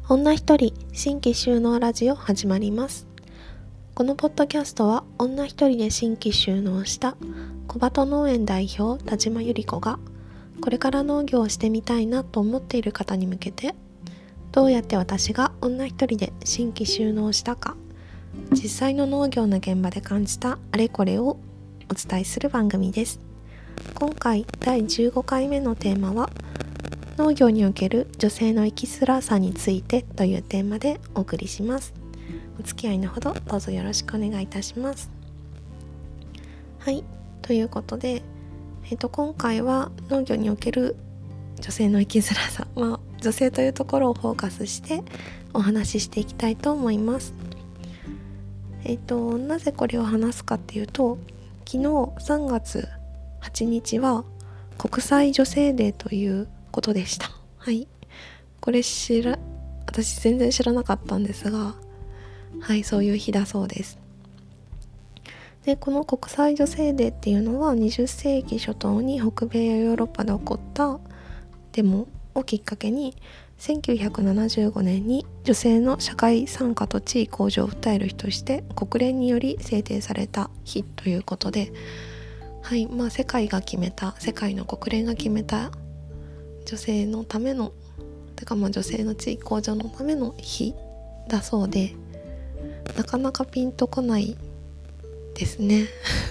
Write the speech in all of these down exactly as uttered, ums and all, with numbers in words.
女一人新規収納ラジオ始まります。このポッドキャストは女一人で新規収納した小鳩農園代表田島由里子がこれから農業をしてみたいなと思っている方に向けて、どうやって私が女一人で新規収納したか、実際の農業の現場で感じたあれこれをお伝えする番組です。今回だいじゅうごかいめのテーマは農業における女性の生きづらさについてというテーマでお送りします。お付き合いのほどどうぞよろしくお願いいたします。はい、ということで、えー、と今回は農業における女性の生きづらさ、まあ、女性というところをフォーカスしてお話ししていきたいと思います。えー、となぜこれを話すかっていうと、昨日さんがつはちにちは国際女性デーということでした。はい、これ知ら私全然知らなかったんですが、はい、そういう日だそうです。で、この国際女性デーっていうのはにじゅっせいき初頭に北米やヨーロッパで起こったデモをきっかけに、せんきゅうひゃくななじゅうごねんに女性の社会参加と地位向上を訴える日として国連により制定された日ということで、はい、まあ世界が決めた世界の国連が決めた女性のためのてかまあ女性の地位向上のための日だそうで、なかなかピンとこないですね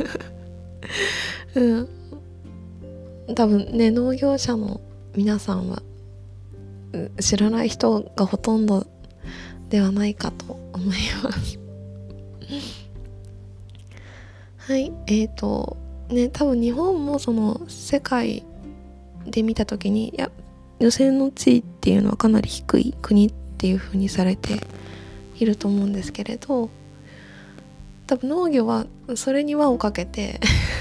うん多分ね、農業者の皆さんは知らない人がほとんどではないかと思いますはいえーとね多分日本もその世界で見た時に、いや女性の地位っていうのはかなり低い国っていう風にされていると思うんですけれど、多分農業はそれに輪をかけて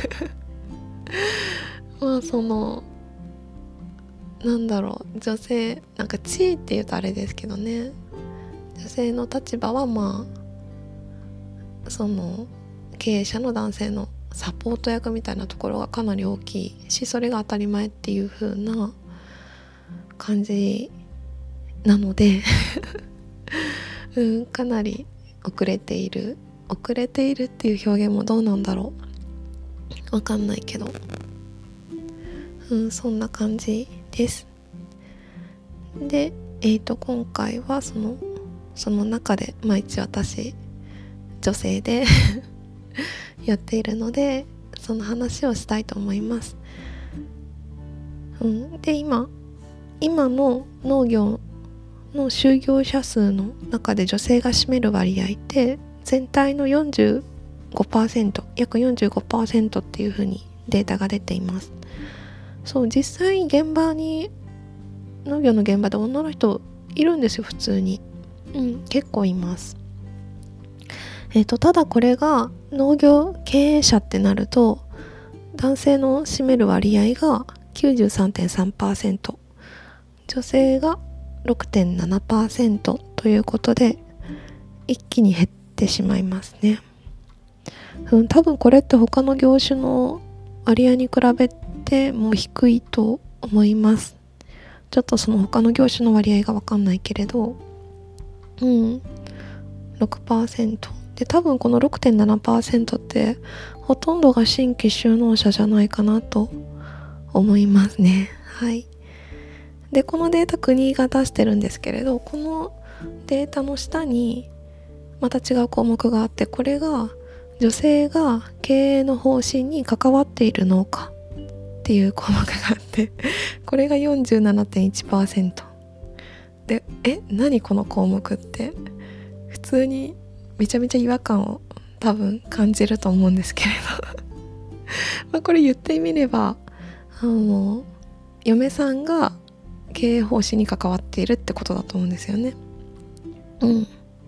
まあそのなんだろう女性なんか地位っていうとあれですけどね、女性の立場はまあその経営者の男性のサポート役みたいなところがかなり大きいし、それが当たり前っていう風な感じなのでうん、かなり遅れている遅れているっていう表現もどうなんだろうわかんないけど、うん、そんな感じです。で、えーと今回はそのその中で、まあ一応私女性でやっているので、その話をしたいと思います。うん、で今今の農業の就業者数の中で女性が占める割合って全体の よんじゅうごパーセント 約 よんじゅうごパーセント っていう風にデータが出ています。そう実際現場に農業の現場で女の人いるんですよ、普通に。うん結構います。えーとただこれが農業経営者ってなると男性の占める割合が きゅうじゅうさんてんさんパーセント、女性が ろくてんななパーセント ということで一気に減ってしまいますね。うん、多分これって他の業種の割合に比べても低いと思います。ちょっとその他の業種の割合が分かんないけれど、うん ろくパーセント で、多分この ろくてんななパーセント ってほとんどが新規就農者じゃないかなと思いますね。はい。でこのデータ国が出してるんですけれど、このデータの下にまた違う項目があって、これが女性が経営の方針に関わっている農家っていう項目があってこれが よんじゅうななてんいちパーセント で、え何この項目って普通にめちゃめちゃ違和感を多分感じると思うんですけれどまあこれ言ってみれば、あの嫁さんが経営方針に関わっているってことだと思うんですよね。うん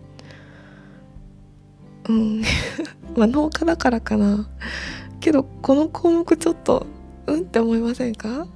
うんまあ農家だからかな、けどこの項目ちょっとうんって思いませんか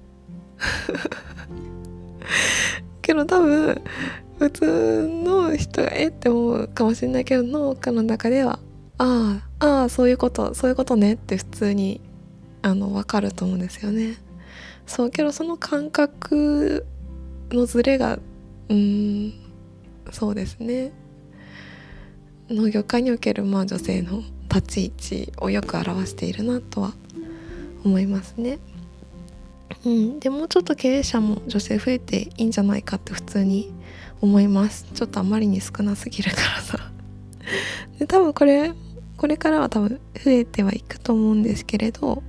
けど多分普通の人がえって思うかもしれないけど、農家の中ではああああそういうことそういうことねって普通にあの分かると思うんですよね。そうけどその感覚のズレがうーんそうですね、農業界におけるまあ女性の立ち位置をよく表しているなとは思いますね。うん、でもうちょっと経営者も女性増えていいんじゃないかって普通に思います。ちょっとあまりに少なすぎるからさで多分これこれからは多分増えてはいくと思うんですけれど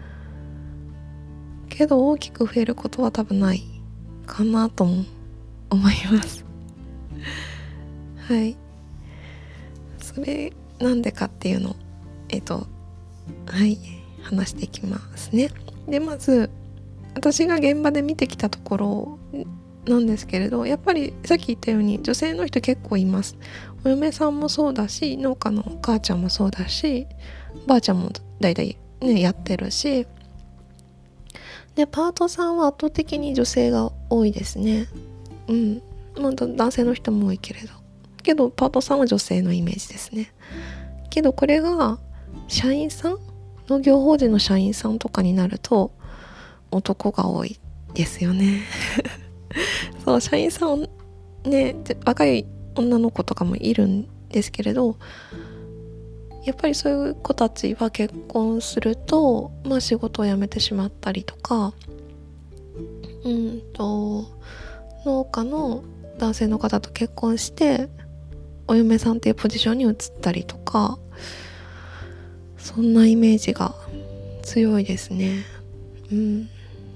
けど大きく増えることは多分ないかなとも思いますはい、それなんでかっていうのをえっとはい話していきますね。でまず私が現場で見てきたところなんですけれど、やっぱりさっき言ったように女性の人結構います。お嫁さんもそうだし、農家のお母ちゃんもそうだし、ばあちゃんもだいたいねやってるし、でパートさんは圧倒的に女性が多いですね。うん、まあ男性の人も多いけれどけどパートさんは女性のイメージですね。けどこれが社員さん、農業法人の社員さんとかになると男が多いですよねそう社員さんね、若い女の子とかもいるんですけれど、やっぱりそういう子たちは結婚すると、まあ、仕事を辞めてしまったりとか、うんと農家の男性の方と結婚してお嫁さんっていうポジションに移ったりとか、そんなイメージが強いですね。うん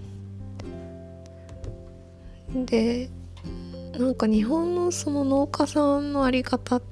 でなんか日本のその農家さんのあり方って、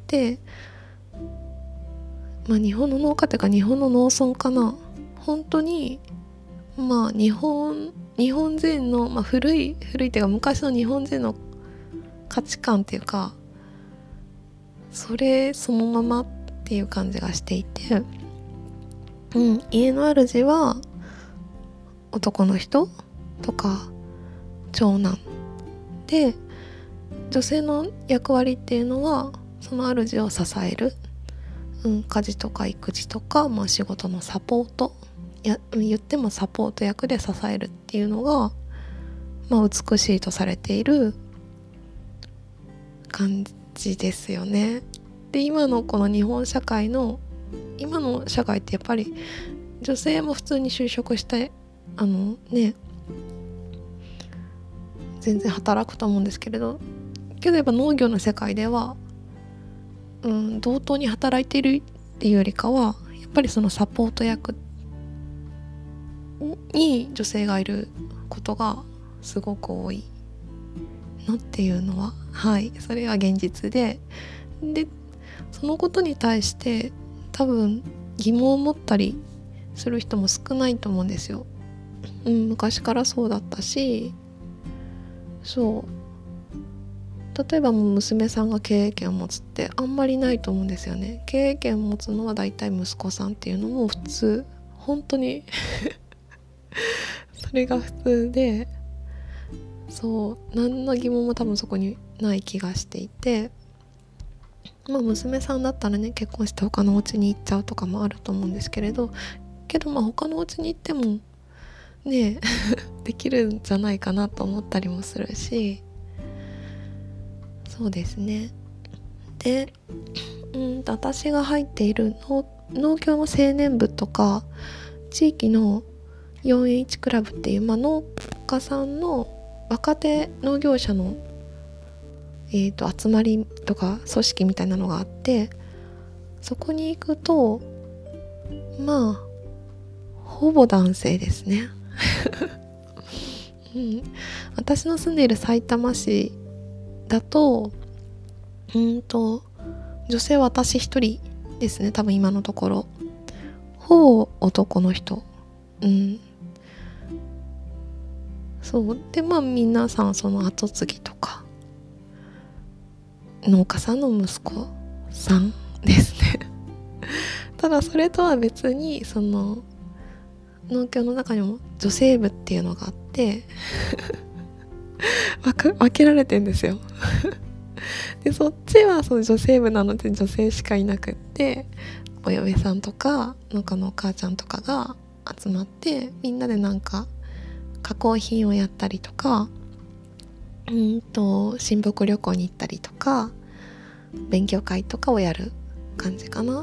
まあ日本の農家っていうか日本の農村かな、本当にまあ日本日本人の、まあ、古い古いっていうか昔の日本人の価値観っていうか、それそのままっていう感じがしていて、うん、家の主は男の人とか長男で、女性の役割っていうのはその主を支える、うん、家事とか育児とか、まあ、仕事のサポートや言ってもサポート役で支えるっていうのが、まあ、美しいとされている感じですよね。で今のこの日本社会の今の社会ってやっぱり女性も普通に就職してあのね全然働くと思うんですけれど、けどやっぱ農業の世界では、うん、同等に働いているっていうよりかはやっぱりそのサポート役に女性がいることがすごく多いなっていうのは、はいそれは現実で、でそのことに対して多分疑問を持ったりする人も少ないと思うんですよ。うん、昔からそうだったし、そう例えばもう娘さんが経営権を持つってあんまりないと思うんですよね。経営権を持つのはだいたい息子さんっていうのも普通、本当にそれが普通で、そう何の疑問も多分そこにない気がしていて、まあ娘さんだったらね結婚して他のお家に行っちゃうとかもあると思うんですけれど、けどまあ他のお家に行ってもねできるんじゃないかなと思ったりもするし、そうですね。でうんと私が入っている 農, 農協の青年部とか地域の よんエイチ クラブっていう、まあ、農家さんの若手農業者の、えー、と集まりとか組織みたいなのがあって、そこに行くとまあほぼ男性ですね、うん、私の住んでいるさいたま市だとうんと女性は私一人ですね、多分今のところ。ほぼ男の人。うんそうで、まあ皆さんその後継ぎとか農家さんの息子さんですねただそれとは別にその農協の中にも女性部っていうのがあって分けられてるんですよでそっちはその女性部なので女性しかいなくって、お嫁さんとか農家のお母ちゃんとかが集まってみんなでなんか加工品をやったりとか、うんと親睦旅行に行ったりとか、 勉強会とかをやる感じかな。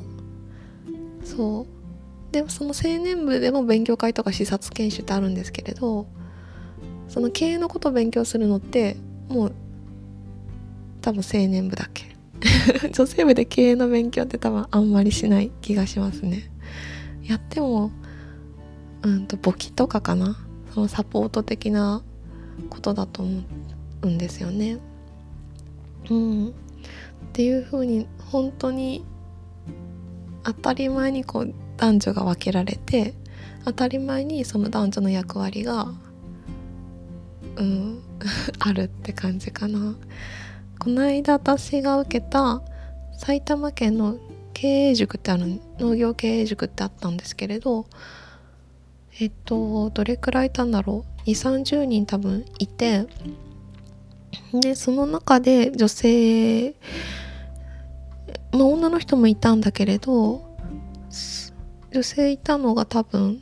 そうでその青年部でも勉強会とか視察研修ってあるんですけれど、その経営のことを勉強するのってもう多分青年部だけ女性部で経営の勉強って多分あんまりしない気がしますね。やってもうんと簿記とかかな、そのサポート的なことだと思うんですよね。うんっていう風に本当に当たり前にこう男女が分けられて、当たり前にその男女の役割がうんあるって感じかな。この間私が受けた埼玉県の経営塾ってある、農業経営塾ってあったんですけれど、えっとどれくらいいたんだろう、にじゅう、さんじゅうにん多分いて、でその中で女性、まあ、女の人もいたんだけれど、女性いたのが多分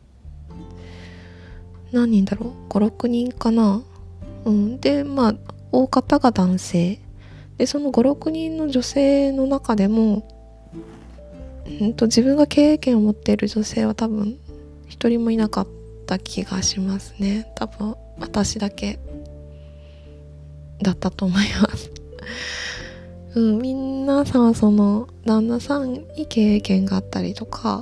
何人だろう、ご、ろくにんかな。うんでまあ大方が男性で、そのご、ろくにんの女性の中でも、うんと自分が経営権を持っている女性は多分一人もいなかった気がしますね。多分私だけだったと思いますうん、みんなさその旦那さんに経営権があったりとか、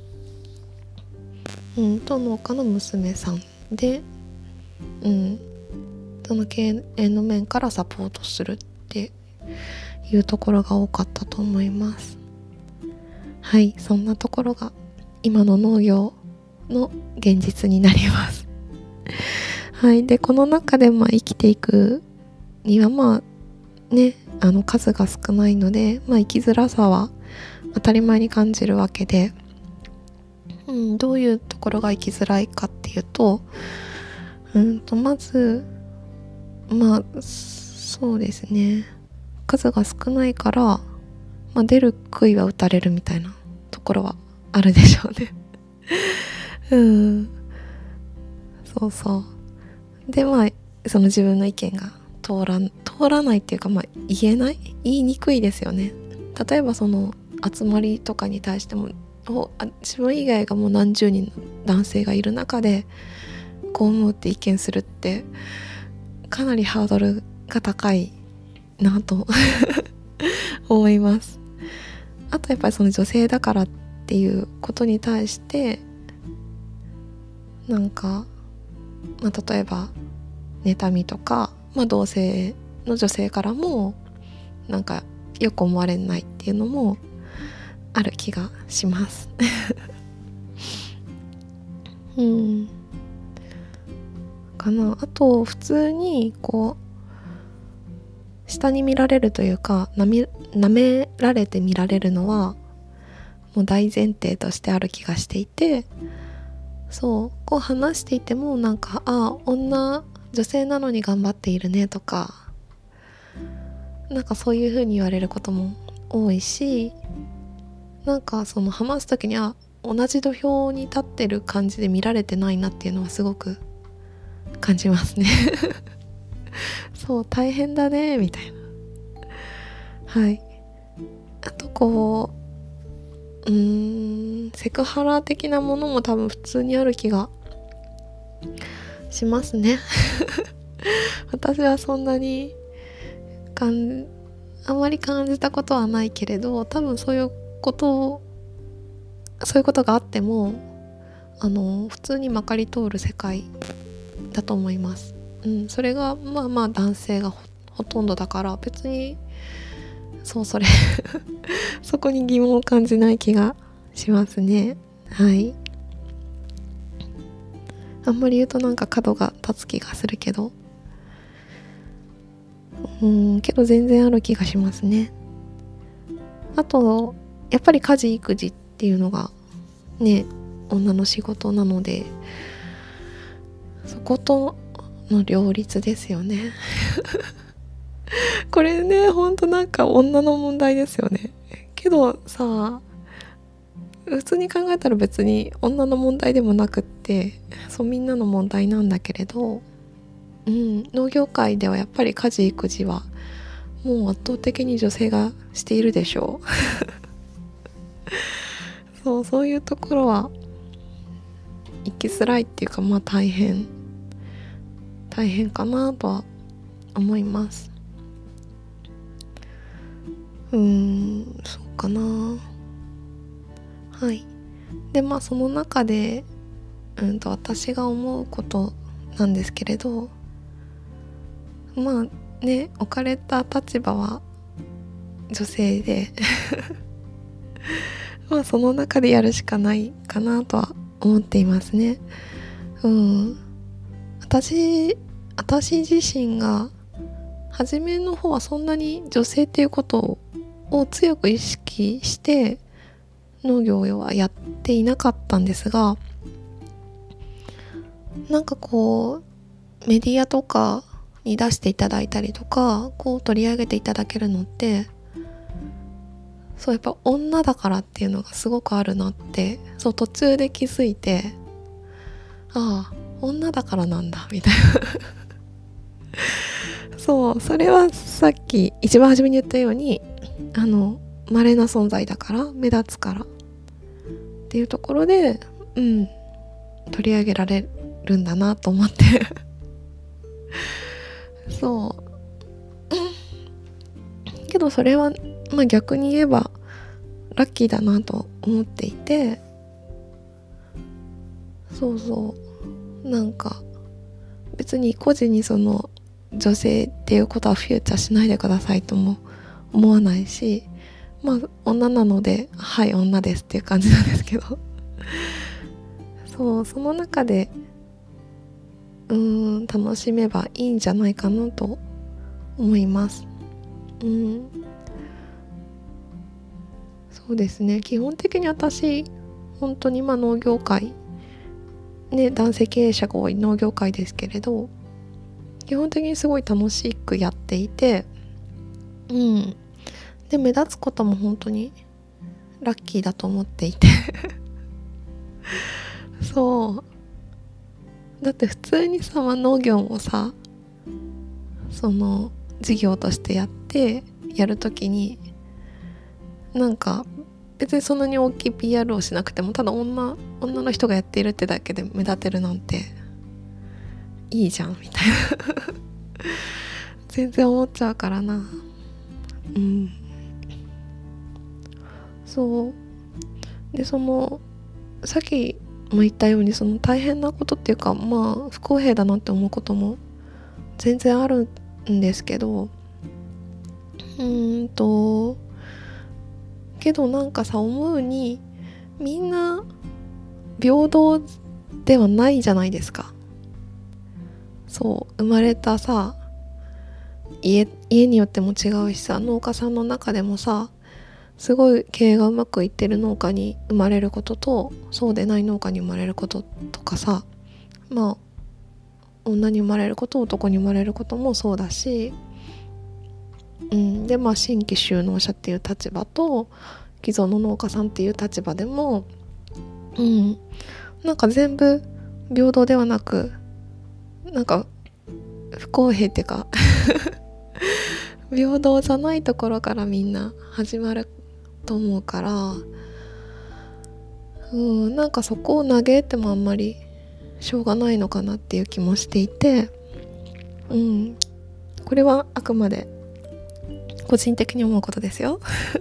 うん、と農家の娘さんで、うん、その経営の面からサポートするっていうところが多かったと思います。はい、そんなところが今の農業の現実になりますはい、でこの中でまあ生きていくにはまあね、あの数が少ないので、まあ、生きづらさは当たり前に感じるわけで、うん、どういうところが生きづらいかっていうと、うんとまずまあそうですね、数が少ないから、まあ、出る杭は打たれるみたいなところはあるでしょうねうんそうそうでまあその自分の意見が通ら通らないっていうか、まあ言えない言いにくいですよね。例えばその集まりとかに対してもあ自分以外がもう何十人の男性がいる中でこう思うって意見するってかなりハードルが高いなと思います。あとやっぱりその女性だからっていうことに対してなんか、まあ、例えば妬みとか、まあ、同性の女性からもなんかよく思われないっていうのもある気がしますうんかな。あと普通にこう下に見られるというかなめ、なめられて見られるのはもう大前提としてある気がしていて、そうこう話していてもなんかあ女女性なのに頑張っているねとかなんかそういう風に言われることも多いし、なんかその話す時には同じ土俵に立ってる感じで見られてないなっていうのはすごく感じますねそう大変だねみたいな。はい。あとこううーんセクハラ的なものも多分普通にある気がしますね私はそんなにかんあんまり感じたことはないけれど、多分そういうことをそういうことがあってもあの普通にまかり通る世界だと思います。うん、それがまあまあ男性が ほ, ほとんどだから別にそうそれそこに疑問を感じない気がしますね。はい。あんまり言うとなんか角が立つ気がするけど、うんけど全然ある気がしますね。あとやっぱり家事育児っていうのがね女の仕事なので、そことの両立ですよねこれねほんとなんか女の問題ですよね。けどさ普通に考えたら別に女の問題でもなくって、そうみんなの問題なんだけれど、うん、農業界ではやっぱり家事育児はもう圧倒的に女性がしているでしょうそうそういうところは生きづらいっていうか、まあ大変大変かなとは思います。うーんそうかな。はい。でまあその中でうんと私が思うことなんですけれど、まあね置かれた立場は女性でまあその中でやるしかないかなとは思っていますね。うん私私自身が初めの方はそんなに女性っていうことを強く意識して農業はやっていなかったんですが、なんかこうメディアとかに出していただいたりとかこう取り上げていただけるのってそうやっぱ女だからっていうのがすごくあるなってそう途中で気づいて、ああ女だからなんだみたいなそうそれはさっき一番初めに言ったようにあの稀な存在だから目立つからっていうところでうん取り上げられるんだなと思ってそうけどそれはまあ逆に言えばラッキーだなと思っていて、そうそうなんか別に個人にその女性っていうことはフューチャーしないでくださいとも思わないし、まあ女なのではい女ですっていう感じなんですけどそうその中でうーん楽しめばいいんじゃないかなと思います。うんそうですね基本的に私本当にまあ農業界ね男性経営者が多い農業界ですけれど基本的にすごい楽しくやっていて、うんで目立つことも本当にラッキーだと思っていてそうだって普通にさ、まあ、農業もさその事業としてやってやるときになんか別にそんなに大きい ピーアール をしなくてもただ女女の人がやっているってだけで目立てるなんていいじゃんみたいな全然思っちゃうからな。うんそうでそのさっきも言ったようにその大変なことっていうかまあ不公平だなって思うことも全然あるんですけど、うーんとけどなんかさ思うにみんな平等ではないじゃないですか。そう生まれたさ家家によっても違うしさ農家さんの中でもさすごい経営がうまくいってる農家に生まれることとそうでない農家に生まれることとかさまあ女に生まれること男に生まれることもそうだし、うん、でまあ新規就農者っていう立場と既存の農家さんっていう立場でもうんなんか全部平等ではなくなんか不公平っていうか平等じゃないところからみんな始まると思うからうんなんかそこを嘆いてもあんまりしょうがないのかなっていう気もしていて、うんこれはあくまで個人的に思うことですよ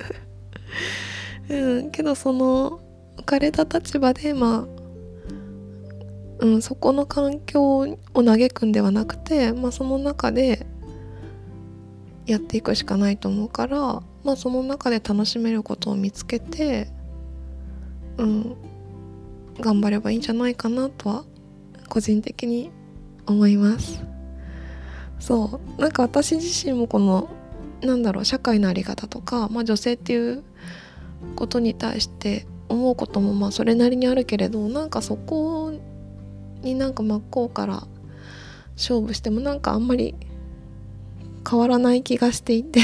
うんけどその置かれた立場でまあうん、そこの環境を嘆くんではなくて、まあ、その中でやっていくしかないと思うから、まあ、その中で楽しめることを見つけて、うん、頑張ればいいんじゃないかなとは個人的に思います。そうなんか私自身もこのなんだろう社会の在り方とか、まあ、女性っていうことに対して思うこともまあそれなりにあるけれどなんかそこになんか真っ向から勝負してもなんかあんまり変わらない気がしていて、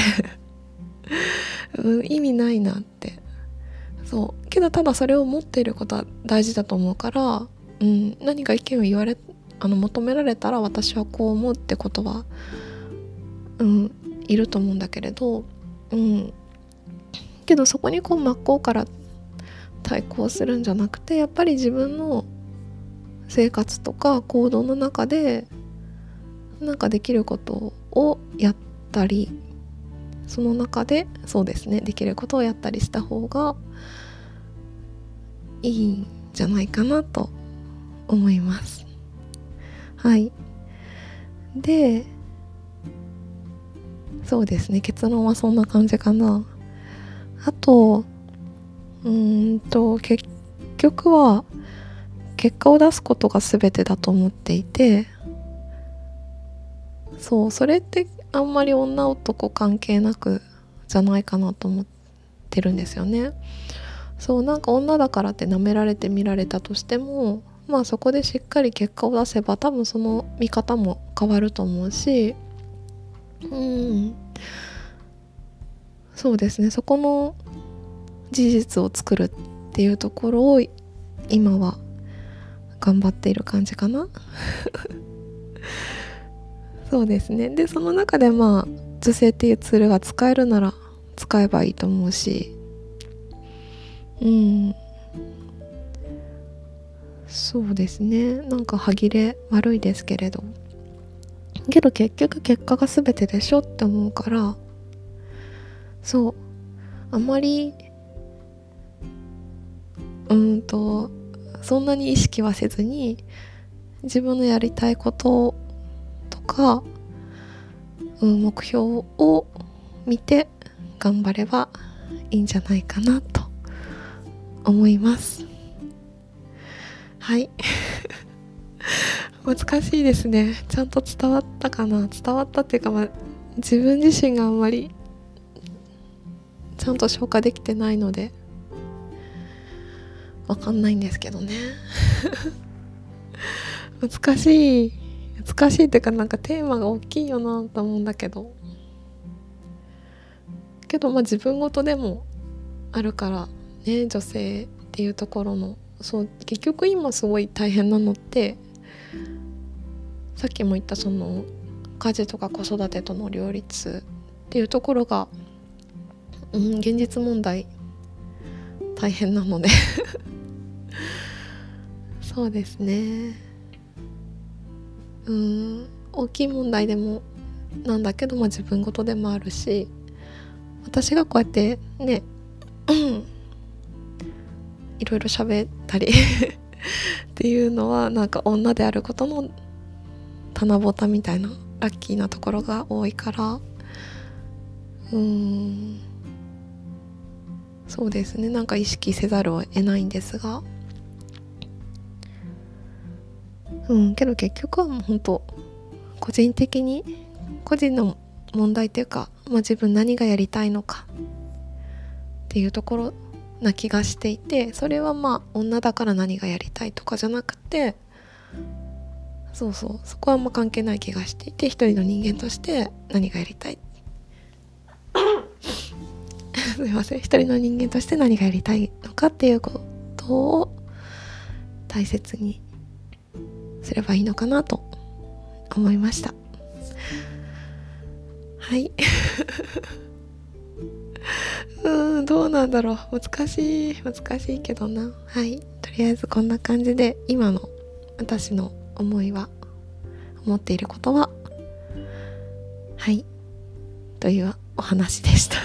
うん、意味ないなってそうけどただそれを持っていることは大事だと思うから、うん、何か意見を言われあの求められたら私はこう思うってことは、うん、 いると思うんだけれど、うんけどそこにこう真っ向から対抗するんじゃなくて、やっぱり自分の生活とか行動の中でなんかできることをやったり、その中でそうですねできることをやったりした方がいいんじゃないかなと思います。はい。で、そうですね、結論はそんな感じかな。あとうーんと結局は結果を出すことが全てだと思っていて、そうそれってあんまり女男関係なくじゃないかなと思ってるんですよね。そうなんか女だからって舐められて見られたとしても、まあそこでしっかり結果を出せば多分その見方も変わると思うし、うんそうですね、そこの事実を作るっていうところを今は頑張っている感じかなそうですね。でその中でまあ女性っていうツールが使えるなら使えばいいと思うし、うんそうですね、なんか歯切れ悪いですけれど、けど結局結果が全てでしょって思うから、そうあんまりうーんとそんなに意識はせずに自分のやりたいこととか、うん、目標を見て頑張ればいいんじゃないかなと思います。はい難しいですね。ちゃんと伝わったかな。伝わったっていうか、まあ、自分自身があんまりちゃんと消化できてないのでわかんないんですけどね難しい難しいっていうか、なんかテーマが大きいよなと思うんだけどけどまあ自分ごとでもあるからね、女性っていうところの、そう結局今すごい大変なのってさっきも言ったその家事とか子育てとの両立っていうところが、うん、現実問題大変なのでそうですね、うん大きい問題でもなんだけど、まあ、自分ごとでもあるし、私がこうやってねいろいろ喋ったりっていうのはなんか女であることの棚ぼたみたいなラッキーなところが多いから、うーんそうですね、なんか意識せざるを得ないんですが、うんけど結局はもう本当個人的に個人の問題っていうか、まあ、自分何がやりたいのかっていうところな気がしていて、それはまあ女だから何がやりたいとかじゃなくて、そうそうそこはあんま関係ない気がしていて、一人の人間として何がやりたいすいません一人の人間として何がやりたいのかっていうことを大切にすればいいのかなと思いました。はいうーんどうなんだろう、難しい難しいけどな。はい、とりあえずこんな感じで今の私の思いは思っていることははいというお話でした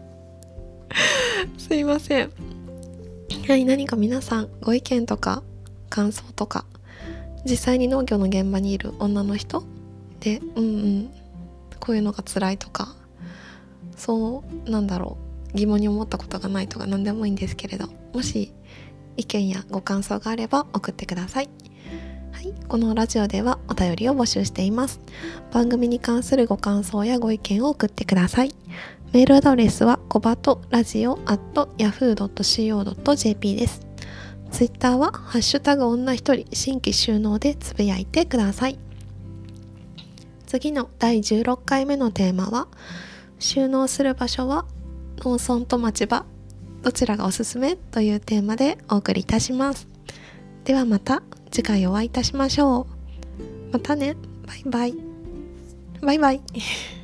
すいません。はい、何か皆さんご意見とか感想とか、実際に農業の現場にいる女の人でうんうんこういうのが辛いとか、そうなんだろう疑問に思ったことがないとか何でもいいんですけれど、もし意見やご感想があれば送ってください。はい、このラジオではお便りを募集しています。番組に関するご感想やご意見を送ってください。メールアドレスはコバトラジオアットヤフードットシーオードットジェーピー です。ツイッターはハッシュタグ女一人新規収納でつぶやいてください。次のだいじゅうろっかいめのテーマは、収納する場所は農村と町場どちらがおすすめというテーマでお送りいたします。ではまた次回お会いいたしましょう。またね、バイバイバイバイ